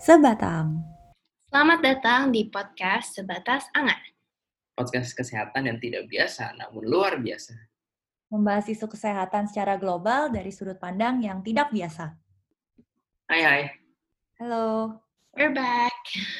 Sebatang. Selamat datang di podcast Sebatas Angan. Podcast kesehatan yang tidak biasa, namun luar biasa. Membahas isu kesehatan secara global dari sudut pandang yang tidak biasa. Hai, Halo. We're back.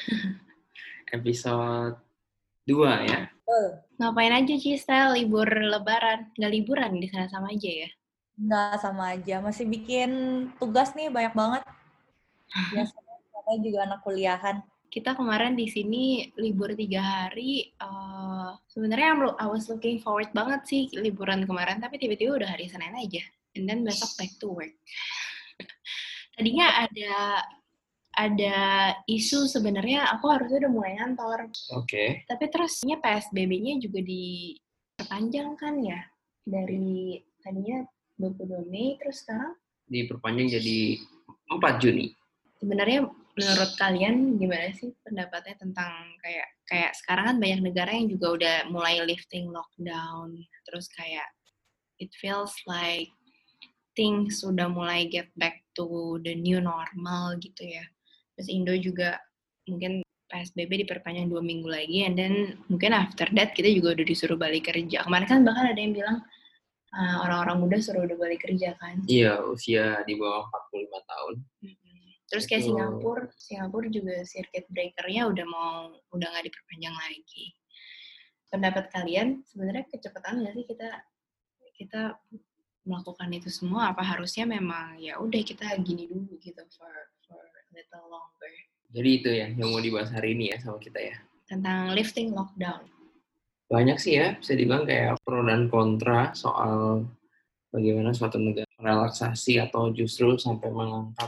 episode 2 ya. Ngapain aja Cisel libur lebaran? Nggak liburan di sana sama aja ya? Nggak, sama aja. Masih bikin tugas nih banyak banget. Biasanya katanya juga anak kuliahan. Kita kemarin di sini libur 3 hari. Sebenarnya I was looking forward banget sih liburan kemarin, tapi tiba-tiba udah hari Senin aja. And then besok back to work. Tadinya ada isu sebenarnya aku harusnya udah mulai ngantor. Oke. Tapi terusnya PSBB-nya juga diperpanjang kan ya? Dari tadinya 22 Mei, terus sekarang? Diperpanjang jadi 4 Juni. Sebenarnya menurut kalian gimana sih pendapatnya tentang kayak sekarang kan banyak negara yang juga udah mulai lifting lockdown. Terus kayak it feels like things sudah mulai get back to the new normal gitu ya. Terus Indo juga mungkin PSBB diperpanjang 2 minggu lagi, and then mungkin after that kita juga udah disuruh balik kerja. Kemarin kan bahkan ada yang bilang orang-orang muda suruh udah balik kerja kan. Iya, usia di bawah 45 tahun. Terus kayak Singapura juga circuit breaker-nya udah nggak diperpanjang lagi. Pendapat kalian sebenarnya kecepatan nggak sih kita melakukan itu semua? Apa harusnya memang ya udah kita gini dulu gitu for a little longer? Jadi itu ya yang mau dibahas hari ini ya sama kita ya. Tentang lifting lockdown. Banyak sih ya, bisa dibilang kayak pro dan kontra soal bagaimana suatu negara relaksasi atau justru sampai mengangkat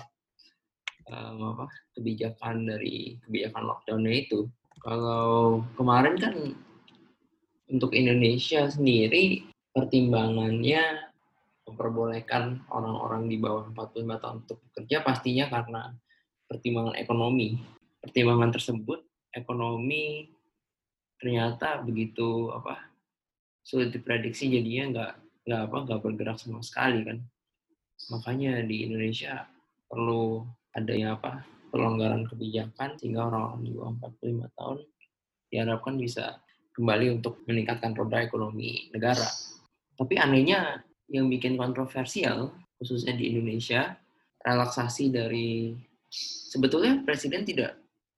kebijakan lockdown-nya itu. Kalau kemarin kan untuk Indonesia sendiri pertimbangannya memperbolehkan orang-orang di bawah 45 tahun untuk bekerja pastinya karena pertimbangan ekonomi. Pertimbangan tersebut, ekonomi ternyata begitu sulit diprediksi, jadinya nggak bergerak sama sekali kan. Makanya di Indonesia perlu adanya pelonggaran kebijakan sehingga orang-orang di bawah 45 tahun diharapkan bisa kembali untuk meningkatkan roda ekonomi negara. Tapi anehnya yang bikin kontroversial khususnya di Indonesia, relaksasi dari sebetulnya presiden tidak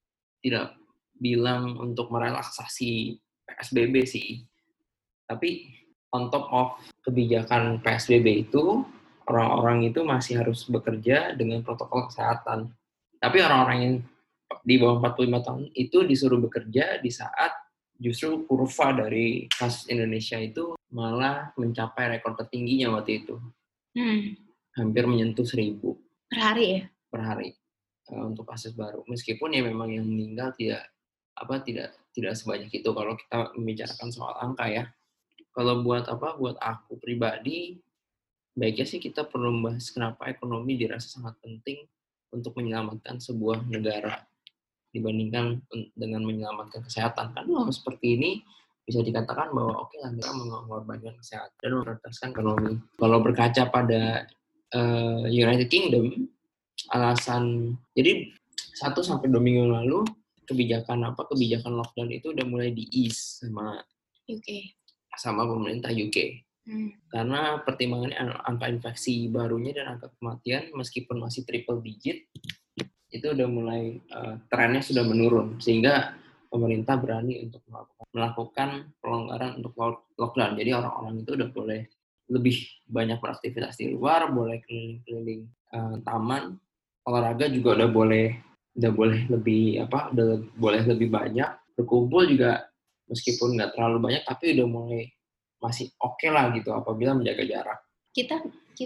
bilang untuk merelaksasi PSBB sih. Tapi on top of kebijakan PSBB itu, orang-orang itu masih harus bekerja dengan protokol kesehatan. Tapi orang-orang yang di bawah 45 tahun itu disuruh bekerja di saat justru kurva dari kasus Indonesia itu malah mencapai rekor tertingginya waktu itu. Hampir menyentuh 1.000 per hari ya? Per hari untuk kasus baru. Meskipun ya memang yang meninggal tidak sebanyak itu kalau kita membicarakan soal angka ya. Kalau buat aku pribadi, baiknya sih kita perlu membahas kenapa ekonomi dirasa sangat penting untuk menyelamatkan sebuah negara dibandingkan dengan menyelamatkan kesehatan. Kan seperti ini bisa dikatakan bahwa oke lah, kita mengorbankan kesehatan dan memprioritaskan ekonomi. Kalau berkaca pada United Kingdom, alasan jadi 1-2 minggu lalu kebijakan lockdown itu udah mulai di-ease sama pemerintah UK. Karena pertimbangannya angka infeksi barunya dan angka kematian meskipun masih triple digit itu udah mulai trennya sudah menurun, sehingga pemerintah berani untuk melakukan pelonggaran untuk lockdown. Jadi orang-orang itu udah boleh lebih banyak beraktivitas di luar, boleh keliling-keliling taman, olahraga juga udah boleh lebih banyak, berkumpul juga meskipun nggak terlalu banyak tapi udah mulai masih oke lah gitu apabila menjaga jarak. Kita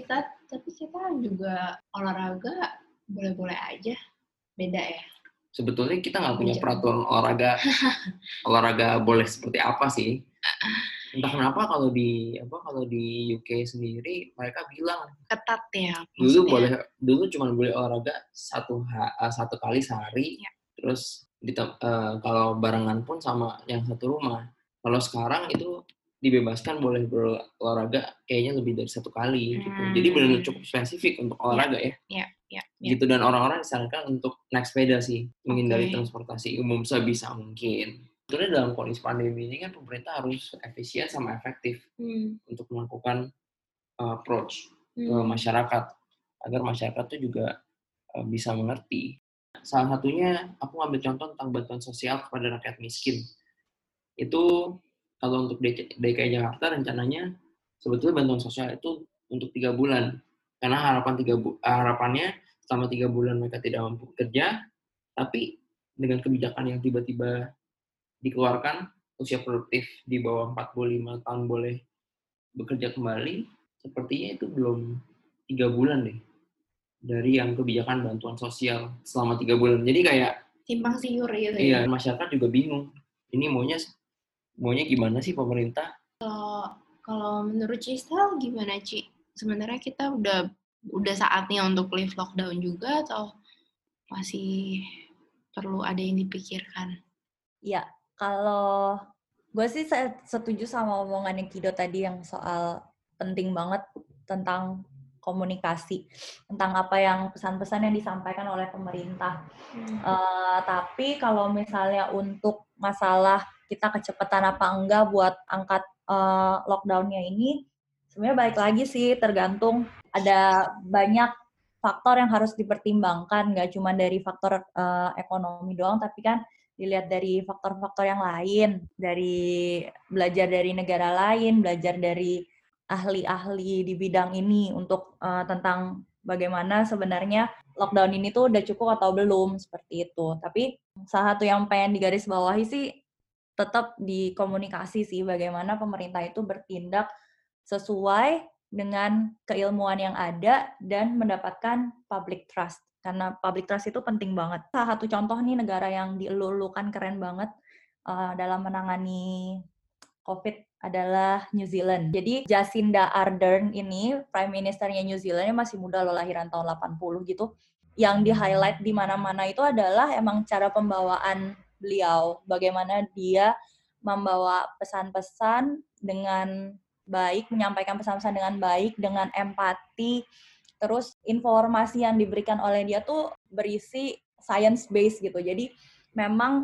juga olahraga boleh-boleh aja, beda ya? Sebetulnya kita nggak punya peraturan olahraga boleh seperti apa sih. Entah kenapa kalau di UK sendiri mereka bilang ketat ya. Dulu cuma boleh olahraga satu kali sehari. Ya. Terus kalau barengan pun sama yang satu rumah. Kalau sekarang itu dibebaskan boleh berolahraga kayaknya lebih dari 1 kali gitu. Jadi benar-benar cukup spesifik untuk olahraga ya. ya. Gitu, dan orang-orang disarankan untuk naik sepeda sih, menghindari Oke. transportasi umum sebisa mungkin. Sebetulnya dalam kondisi pandemi ini kan pemerintah harus efisien sama efektif untuk melakukan approach ke masyarakat, agar masyarakat tuh juga bisa mengerti. Salah satunya aku ngambil contoh tentang bantuan sosial kepada rakyat miskin. Itu kalau untuk DKI Jakarta rencananya sebetulnya bantuan sosial itu untuk 3 bulan. Karena harapannya selama 3 bulan mereka tidak mampu bekerja, tapi dengan kebijakan yang tiba-tiba dikeluarkan, usia produktif di bawah 45 tahun boleh bekerja kembali, sepertinya itu belum 3 bulan deh dari yang kebijakan bantuan sosial selama 3 bulan. Jadi kayak Simpang siur gitu iya, ya. masyarakat juga bingung. Ini maunya gimana sih pemerintah? Kalau menurut Cisel gimana, Ci? Sebenarnya kita udah saatnya untuk live lockdown juga atau masih perlu ada yang dipikirkan? Ya, kalau gue sih setuju sama omongannya Kido tadi yang soal penting banget tentang komunikasi, tentang apa yang pesan-pesan yang disampaikan oleh pemerintah. Tapi kalau misalnya untuk masalah kita kecepatan apa enggak buat angkat lockdown-nya ini, sebenarnya balik lagi sih, tergantung, ada banyak faktor yang harus dipertimbangkan, nggak cuma dari faktor ekonomi doang, tapi kan dilihat dari faktor-faktor yang lain, dari belajar dari negara lain, belajar dari ahli-ahli di bidang ini untuk tentang bagaimana sebenarnya lockdown ini tuh udah cukup atau belum, seperti itu. Tapi salah satu yang pengen digarisbawahi sih tetap di komunikasi sih, bagaimana pemerintah itu bertindak sesuai dengan keilmuan yang ada dan mendapatkan public trust. Karena public trust itu penting banget. Salah satu contoh nih negara yang dielulukan keren banget dalam menangani COVID adalah New Zealand. Jadi Jacinda Ardern ini, Prime Ministernya New Zealand, masih muda loh, lahiran tahun 80 gitu. Yang di-highlight di mana-mana itu adalah emang cara pembawaan beliau. Bagaimana dia membawa pesan-pesan dengan baik, menyampaikan pesan-pesan dengan baik, dengan empati. Terus informasi yang diberikan oleh dia tuh berisi science-based gitu. Jadi memang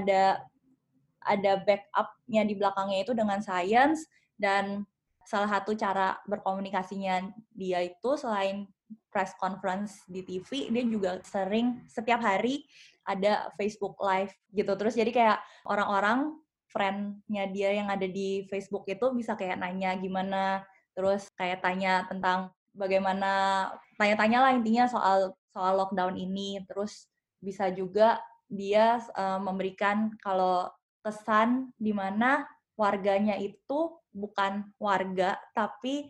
ada backup-nya di belakangnya itu dengan science, dan salah satu cara berkomunikasinya dia itu selain press conference di TV, dia juga sering setiap hari ada Facebook Live gitu. Terus jadi kayak orang-orang friend-nya dia yang ada di Facebook itu bisa kayak nanya gimana, terus kayak tanya tentang bagaimana, tanya-tanya lah intinya soal lockdown ini. Terus bisa juga dia memberikan kalau kesan di mana warganya itu bukan warga, tapi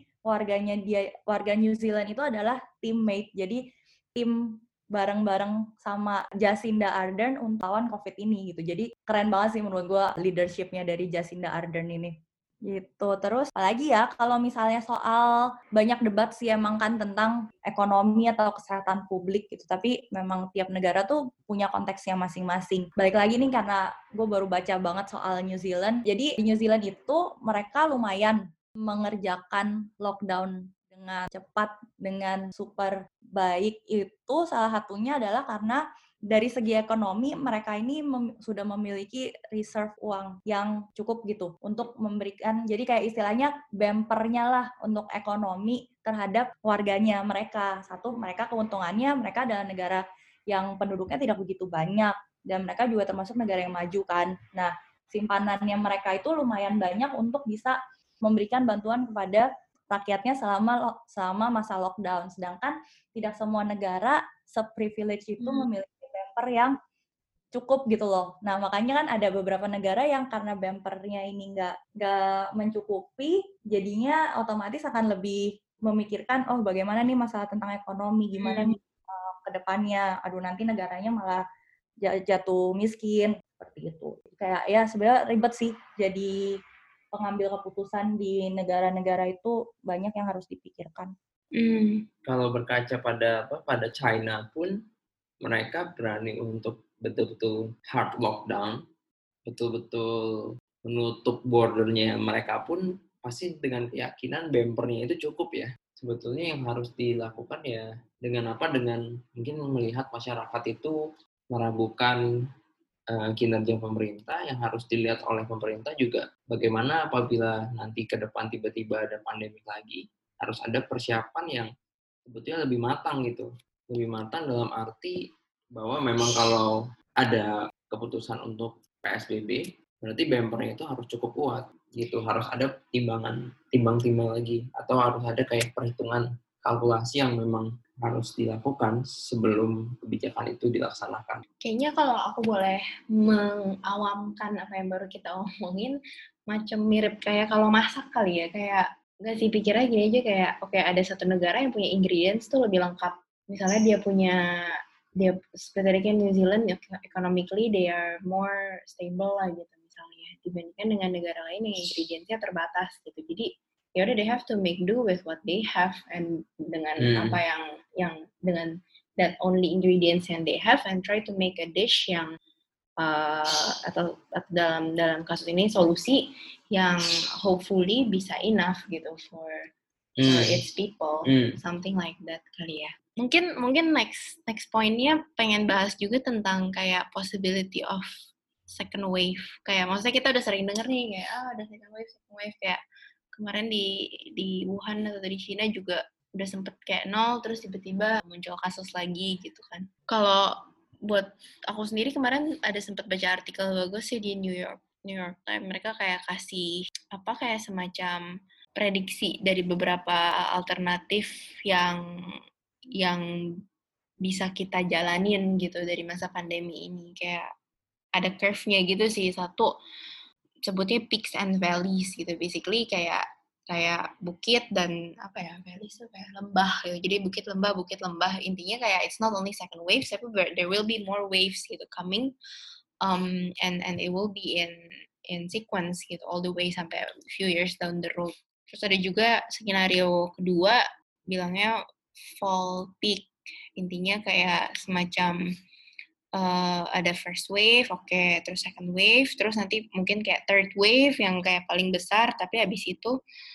warga New Zealand itu adalah teammate. Jadi tim bareng-bareng sama Jacinda Ardern untuk lawan COVID ini gitu. Jadi keren banget sih menurut gue leadership-nya dari Jacinda Ardern ini. Gitu. Terus apalagi ya kalau misalnya soal banyak debat sih emang kan tentang ekonomi atau kesehatan publik gitu, tapi memang tiap negara tuh punya konteksnya masing-masing. Balik lagi nih karena gue baru baca banget soal New Zealand, jadi di New Zealand itu mereka lumayan mengerjakan lockdown dengan cepat, dengan super baik. Itu salah satunya adalah karena dari segi ekonomi mereka ini sudah memiliki reserve uang yang cukup gitu untuk memberikan, jadi kayak istilahnya bumpernya lah untuk ekonomi terhadap warganya mereka. Satu, mereka keuntungannya mereka adalah negara yang penduduknya tidak begitu banyak dan mereka juga termasuk negara yang maju kan. Nah, simpanannya mereka itu lumayan banyak untuk bisa memberikan bantuan kepada rakyatnya selama masa lockdown. Sedangkan tidak semua negara se-privilege itu memiliki bumper yang cukup gitu loh. Nah, makanya kan ada beberapa negara yang karena bumpernya ini nggak mencukupi, jadinya otomatis akan lebih memikirkan, oh bagaimana nih masalah tentang ekonomi, gimana nih ke depannya, aduh nanti negaranya malah jatuh miskin, seperti itu. Kayak ya sebenarnya ribet sih, jadi pengambil keputusan di negara-negara itu banyak yang harus dipikirkan. Kalau berkaca pada China pun, mereka berani untuk betul-betul hard lockdown, betul-betul menutup bordernya. Mereka pun pasti dengan keyakinan bumpernya itu cukup ya. sebetulnya yang harus dilakukan ya dengan apa? Dengan mungkin melihat masyarakat itu meragukan kinerja pemerintah. Yang harus dilihat oleh pemerintah juga bagaimana apabila nanti ke depan tiba-tiba ada pandemi lagi, harus ada persiapan yang sebetulnya lebih matang gitu. Lebih matang dalam arti bahwa memang kalau ada keputusan untuk PSBB, berarti bempernya itu harus cukup kuat gitu. Harus ada timbang-timbang lagi, atau harus ada kayak perhitungan kalkulasi yang memang harus dilakukan sebelum kebijakan itu dilaksanakan. Kayaknya kalau aku boleh mengawamkan apa yang baru kita omongin, macam mirip kayak kalau masak kali ya, kayak nggak sih, pikirnya gini aja, kayak oke, ada satu negara yang punya ingredients tuh lebih lengkap. Misalnya dia seperti kayak New Zealand, economically they are more stable lah gitu misalnya, dibandingkan dengan negara lain yang ingredientsnya terbatas gitu. Jadi ya udah, they have to make do with what they have, and dengan apa yang dengan that only ingredients yang they have, and try to make a dish yang atau dalam kasus ini solusi yang hopefully bisa enough gitu for its people, something like that kali ya. Mungkin next pointnya pengen bahas juga tentang kayak possibility of second wave. Kayak maksudnya kita udah sering denger nih kayak ada second wave kayak kemarin di Wuhan atau di China juga udah sempet kayak 0 terus tiba-tiba muncul kasus lagi gitu kan. Kalau buat aku sendiri kemarin ada sempet baca artikel bagus sih di New York Times. Mereka kayak kasih kayak semacam prediksi dari beberapa alternatif yang bisa kita jalanin gitu dari masa pandemi ini. Kayak ada curve-nya gitu sih. Satu, sebutnya peaks and valleys gitu. Basically kayak bukit dan valleys itu kayak lembah gitu. Jadi bukit lembah. Intinya kayak it's not only second wave, tapi there will be more waves gitu coming, and it will be in sequence gitu all the way sampai a few years down the road. Terus ada juga skenario kedua bilangnya fall peak. Intinya kayak semacam ada first wave, terus second wave, terus nanti mungkin kayak third wave yang kayak paling besar, tapi habis itu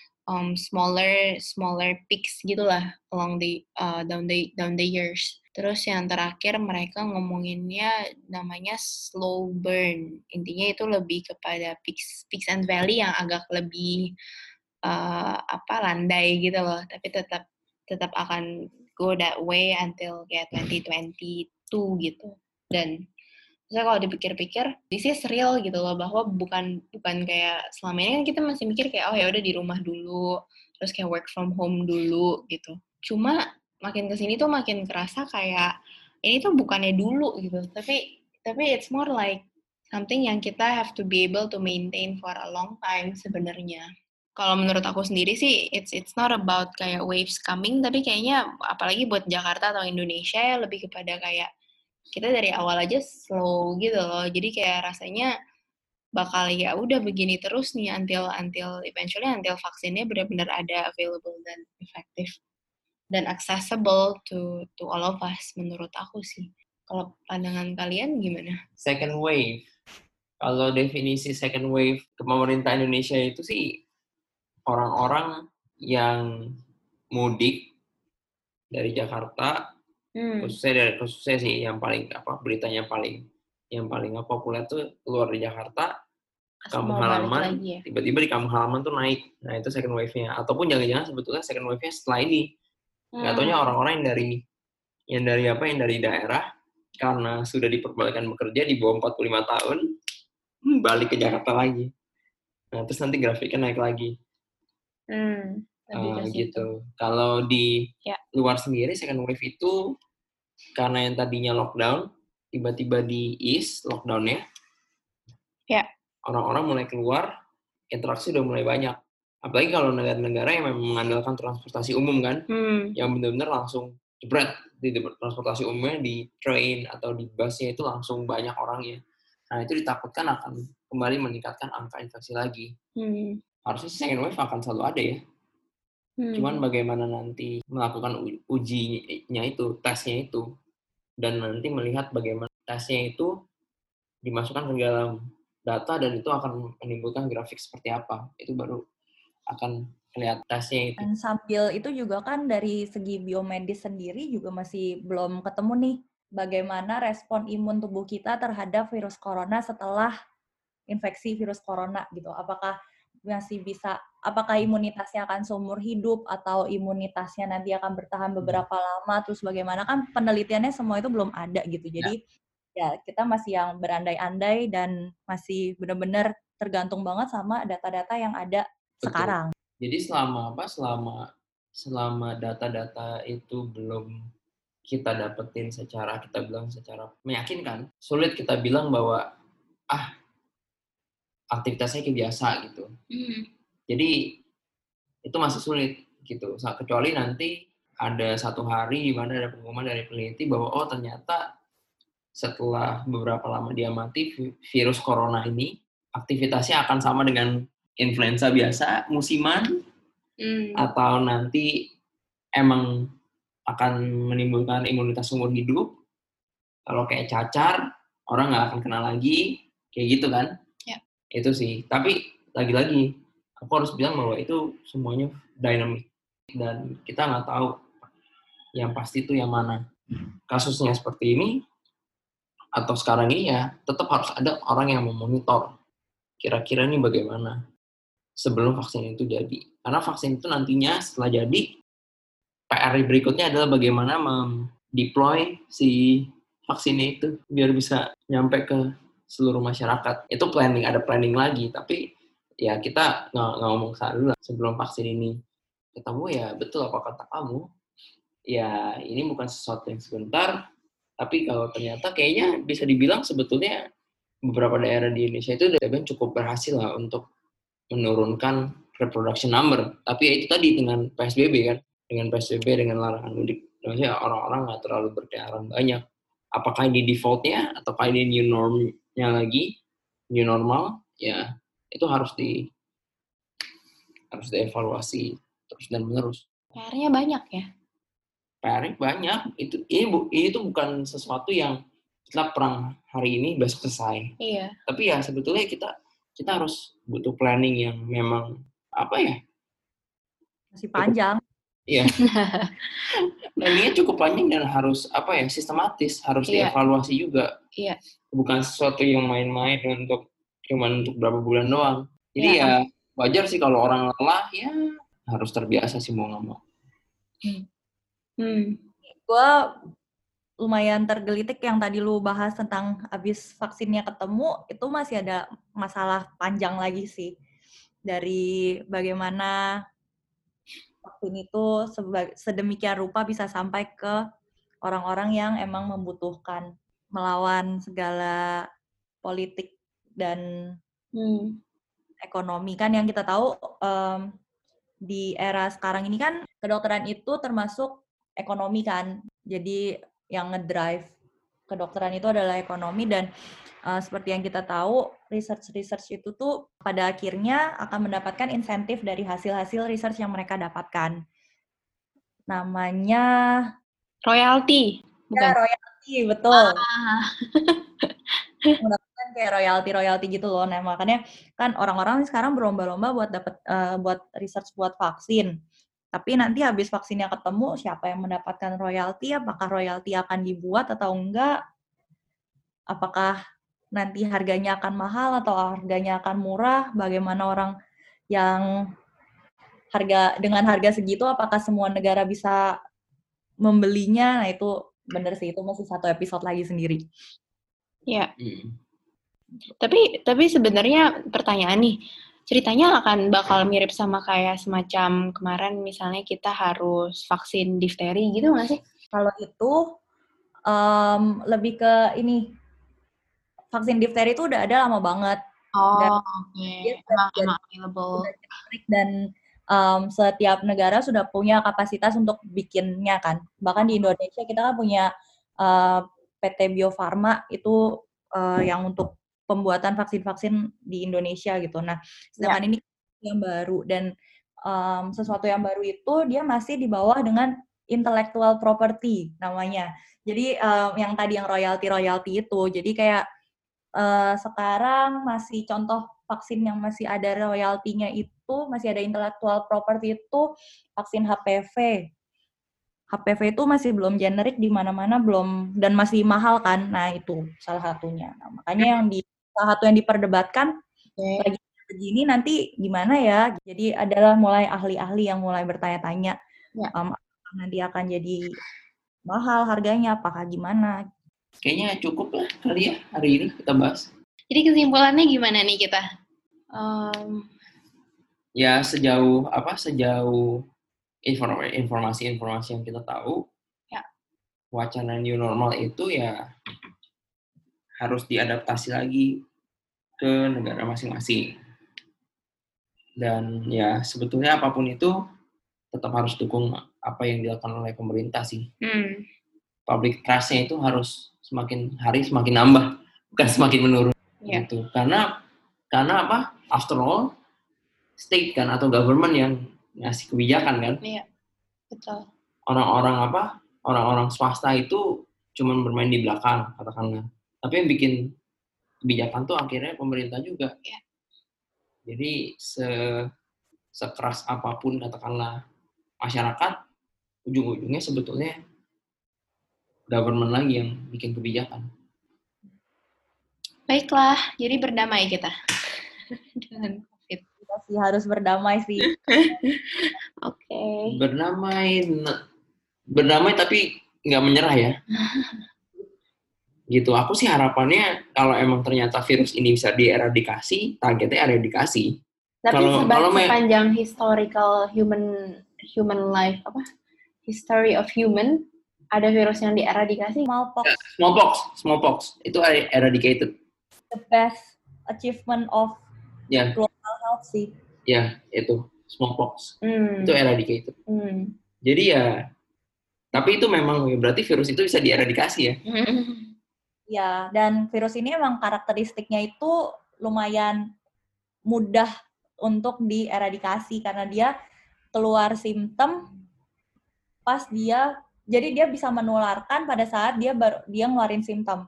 smaller peaks gitulah along the down the years. Terus yang terakhir mereka ngomonginnya namanya slow burn. Intinya itu lebih kepada peaks and valley yang agak lebih landai gitu loh, tapi tetap akan go that way until kayak 2022 gitu. Dan misalnya kalau dipikir-pikir, this is real gitu loh, bahwa bukan kayak selama ini kan kita masih mikir kayak ya udah di rumah dulu, terus kayak work from home dulu gitu. Cuma makin kesini tuh makin kerasa kayak ini tuh bukannya dulu gitu, tapi it's more like something yang kita have to be able to maintain for a long time sebenarnya. Kalau menurut aku sendiri sih, it's not about kayak waves coming, tapi kayaknya apalagi buat Jakarta atau Indonesia ya lebih kepada kayak kita dari awal aja slow gitu loh. Jadi kayak rasanya bakal ya udah begini terus nih until eventually until vaksinnya benar-benar ada available dan efektif dan accessible to all of us, menurut aku sih. Kalau pandangan kalian gimana? Second wave. Kalau definisi second wave ke pemerintah Indonesia itu sih orang-orang yang mudik dari Jakarta, khususnya sih yang paling beritanya yang paling populer tuh keluar dari Jakarta ke kampung halaman, tiba-tiba di kampung halaman tuh naik. Nah itu second wave-nya. Ataupun jangan-jangan sebetulnya second wave-nya setelah ini. Nggak taunya orang-orang yang dari daerah karena sudah diperbolehkan bekerja di bawah 45 tahun balik ke Jakarta lagi. Nah terus nanti grafiknya naik lagi. Gitu. Kalau di luar sendiri second wave itu karena yang tadinya lockdown tiba-tiba di ease lockdownnya, orang-orang mulai keluar, interaksi udah mulai banyak. Apalagi kalau negara-negara yang memang mengandalkan transportasi umum kan, yang benar-benar langsung jebret di transportasi umumnya, di train atau di busnya itu langsung banyak orangnya. Nah itu ditakutkan akan kembali meningkatkan angka infeksi lagi. Harusnya second wave akan selalu ada ya. Cuman bagaimana nanti melakukan ujinya itu, tesnya itu, dan nanti melihat bagaimana tesnya itu dimasukkan ke dalam data dan itu akan menimbulkan grafik seperti apa. Itu baru akan tesnya itu. Dan sambil itu juga kan dari segi biomedis sendiri juga masih belum ketemu nih bagaimana respon imun tubuh kita terhadap virus corona setelah infeksi virus corona gitu. Apakah imunitasnya akan seumur hidup atau imunitasnya nanti akan bertahan beberapa lama, terus bagaimana, kan penelitiannya semua itu belum ada gitu. Jadi ya kita masih yang berandai-andai dan masih benar-benar tergantung banget sama data-data yang ada sekarang. Jadi selama data-data itu belum kita dapetin secara meyakinkan, sulit kita bilang bahwa aktivitasnya kayak biasa gitu. Jadi itu masih sulit gitu. Kecuali nanti ada satu hari di mana ada pengumuman dari peneliti bahwa ternyata setelah beberapa lama dia mati, virus corona ini aktivitasnya akan sama dengan influenza biasa musiman, atau nanti emang akan menimbulkan imunitas seumur hidup. Kalau kayak cacar, orang nggak akan kena lagi, kayak gitu kan? Ya. Itu sih. Tapi lagi-lagi, aku harus bilang bahwa itu semuanya dynamic dan kita nggak tahu yang pasti itu yang mana. Kasusnya seperti ini atau sekarang ini ya tetap harus ada orang yang memonitor. Kira-kira ini bagaimana sebelum vaksin itu jadi. Karena vaksin itu nantinya setelah jadi, PR berikutnya adalah bagaimana mendeploy si vaksinnya itu biar bisa nyampe ke seluruh masyarakat. Itu ada planning lagi. Tapi ya kita nggak ngomong sana dulu lah. Sebelum vaksin ini ketemu ya betul apa kata kamu. Ya ini bukan sesuatu yang sebentar. Tapi kalau ternyata kayaknya bisa dibilang sebetulnya beberapa daerah di Indonesia itu udah cukup berhasil lah untuk menurunkan reproduction number. Tapi ya itu tadi dengan PSBB kan. Dengan PSBB, dengan larangan mudik. Maksudnya orang-orang nggak terlalu berkeliaran banyak. Apakah ini default-nya ataukah ini new norm-nya lagi, new normal, ya itu harus dievaluasi terus dan menerus. PR-nya banyak ya? PR-nya banyak. Ini tuh bukan sesuatu yang kita perang hari ini besok selesai. Iya. Tapi ya sebetulnya kita harus butuh planning yang memang Masih panjang. Iya. Planningnya cukup panjang dan harus sistematis, harus dievaluasi juga. Iya. Bukan sesuatu yang main-main cuman untuk berapa bulan doang. Jadi ya wajar sih kalau orang lelah, ya harus terbiasa sih mau nggak mau. Gue lumayan tergelitik yang tadi lu bahas tentang abis vaksinnya ketemu, itu masih ada masalah panjang lagi sih. Dari bagaimana vaksin itu sedemikian rupa bisa sampai ke orang-orang yang emang membutuhkan, melawan segala politik dan ekonomi. Kan yang kita tahu di era sekarang ini kan kedokteran itu termasuk ekonomi kan. Jadi yang ngedrive kedokteran itu adalah ekonomi, dan seperti yang kita tahu, research itu tuh pada akhirnya akan mendapatkan insentif dari hasil-hasil research yang mereka dapatkan. Namanya royalty. Ya, royalty, betul. Mendapatkan kayak royalty gitu loh. Nah, makanya kan orang-orang sekarang berlomba-lomba buat research buat vaksin. Tapi nanti habis vaksinnya ketemu, siapa yang mendapatkan royalty? Apakah royalty akan dibuat atau enggak? Apakah nanti harganya akan mahal atau harganya akan murah? Bagaimana orang yang dengan harga segitu, apakah semua negara bisa membelinya? Nah, itu bener sih, itu masih satu episode lagi sendiri. Iya. Tapi sebenarnya pertanyaan nih, ceritanya akan bakal mirip sama kayak semacam kemarin misalnya kita harus vaksin difteri gitu nggak sih? Kalau itu lebih ke ini, vaksin difteri itu udah ada lama banget. Oke. Emang available. Dan setiap negara sudah punya kapasitas untuk bikinnya kan. Bahkan di Indonesia kita kan punya PT Bio Farma itu yang untuk pembuatan vaksin-vaksin di Indonesia gitu. Nah, sedangkan ini yang baru, dan sesuatu yang baru itu dia masih di bawah dengan intellectual property namanya. Jadi yang tadi yang royalty itu, jadi kayak sekarang masih contoh vaksin yang masih ada royalty-nya itu itu, masih ada intellectual property itu vaksin HPV. HPV itu masih belum generik di mana-mana, belum, dan masih mahal kan. Nah, itu salah satunya. Nah, makanya salah satu yang diperdebatkan lagi begini nanti gimana ya. Jadi adalah mulai ahli-ahli yang mulai bertanya-tanya. Nanti akan jadi mahal harganya, apakah gimana? Kayaknya cukup lah kali ya hari ini kita bahas. Jadi kesimpulannya gimana nih kita? Ya sejauh informasi-informasi yang kita tahu, wacana new normal itu ya harus diadaptasi lagi ke negara masing-masing. Dan ya sebetulnya apapun itu tetap harus dukung apa yang dilakukan oleh pemerintah sih. Public trust-nya itu harus semakin hari semakin nambah, bukan semakin menurun. Gitu. Karena apa? After all, state kan atau government yang ngasih kebijakan kan. Iya, betul. Orang-orang swasta itu cuman bermain di belakang katakanlah. Tapi yang bikin kebijakan tuh akhirnya pemerintah juga. Iya. Jadi sekeras apapun katakanlah masyarakat, ujung-ujungnya sebetulnya government lagi yang bikin kebijakan. Baiklah, jadi berdamai kita dengan COVID. Kita sih harus berdamai sih. Oke. Berdamai tapi nggak menyerah ya. Gitu. Aku sih harapannya kalau emang ternyata virus ini bisa dieradikasi, targetnya eradikasi. Tapi sepanjang historical human life history of human, ada virus yang dieradikasi? Smallpox itu eradicated. The best achievement of global health sih. Ya, itu smallpox. Itu eradicated. Jadi ya, tapi itu memang berarti virus itu bisa dieradikasi ya. Ya, dan virus ini emang karakteristiknya itu lumayan mudah untuk dieradikasi karena dia keluar simptom pas jadi dia bisa menularkan pada saat dia ngeluarin simptom.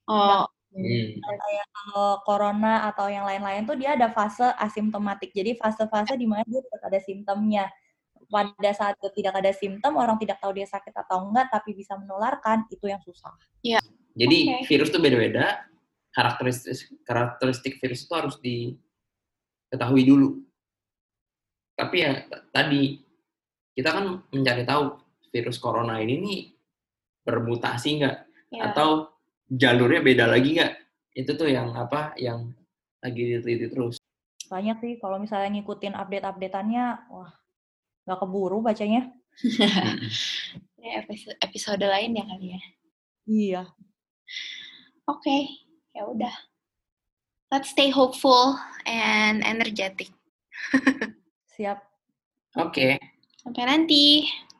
Kayak kalau corona atau yang lain-lain tuh dia ada fase asimptomatik. Jadi fase-fase di mana dia tidak ada simptomnya. Pada saat tidak ada simptom, orang tidak tahu dia sakit atau enggak, tapi bisa menularkan, itu yang susah. Iya. Jadi virus itu beda-beda, karakteristik virus itu harus diketahui dulu. Tapi ya tadi kita kan mencari tahu virus corona ini nih bermutasi nggak, atau jalurnya beda lagi nggak? Itu tuh yang lagi diteliti terus. Banyak sih kalau misalnya ngikutin update-updateannya, wah nggak keburu bacanya. Ini episode lain ya kali ya. Iya. Oke, ya udah. Let's stay hopeful and energetic. Siap. Oke. Sampai nanti.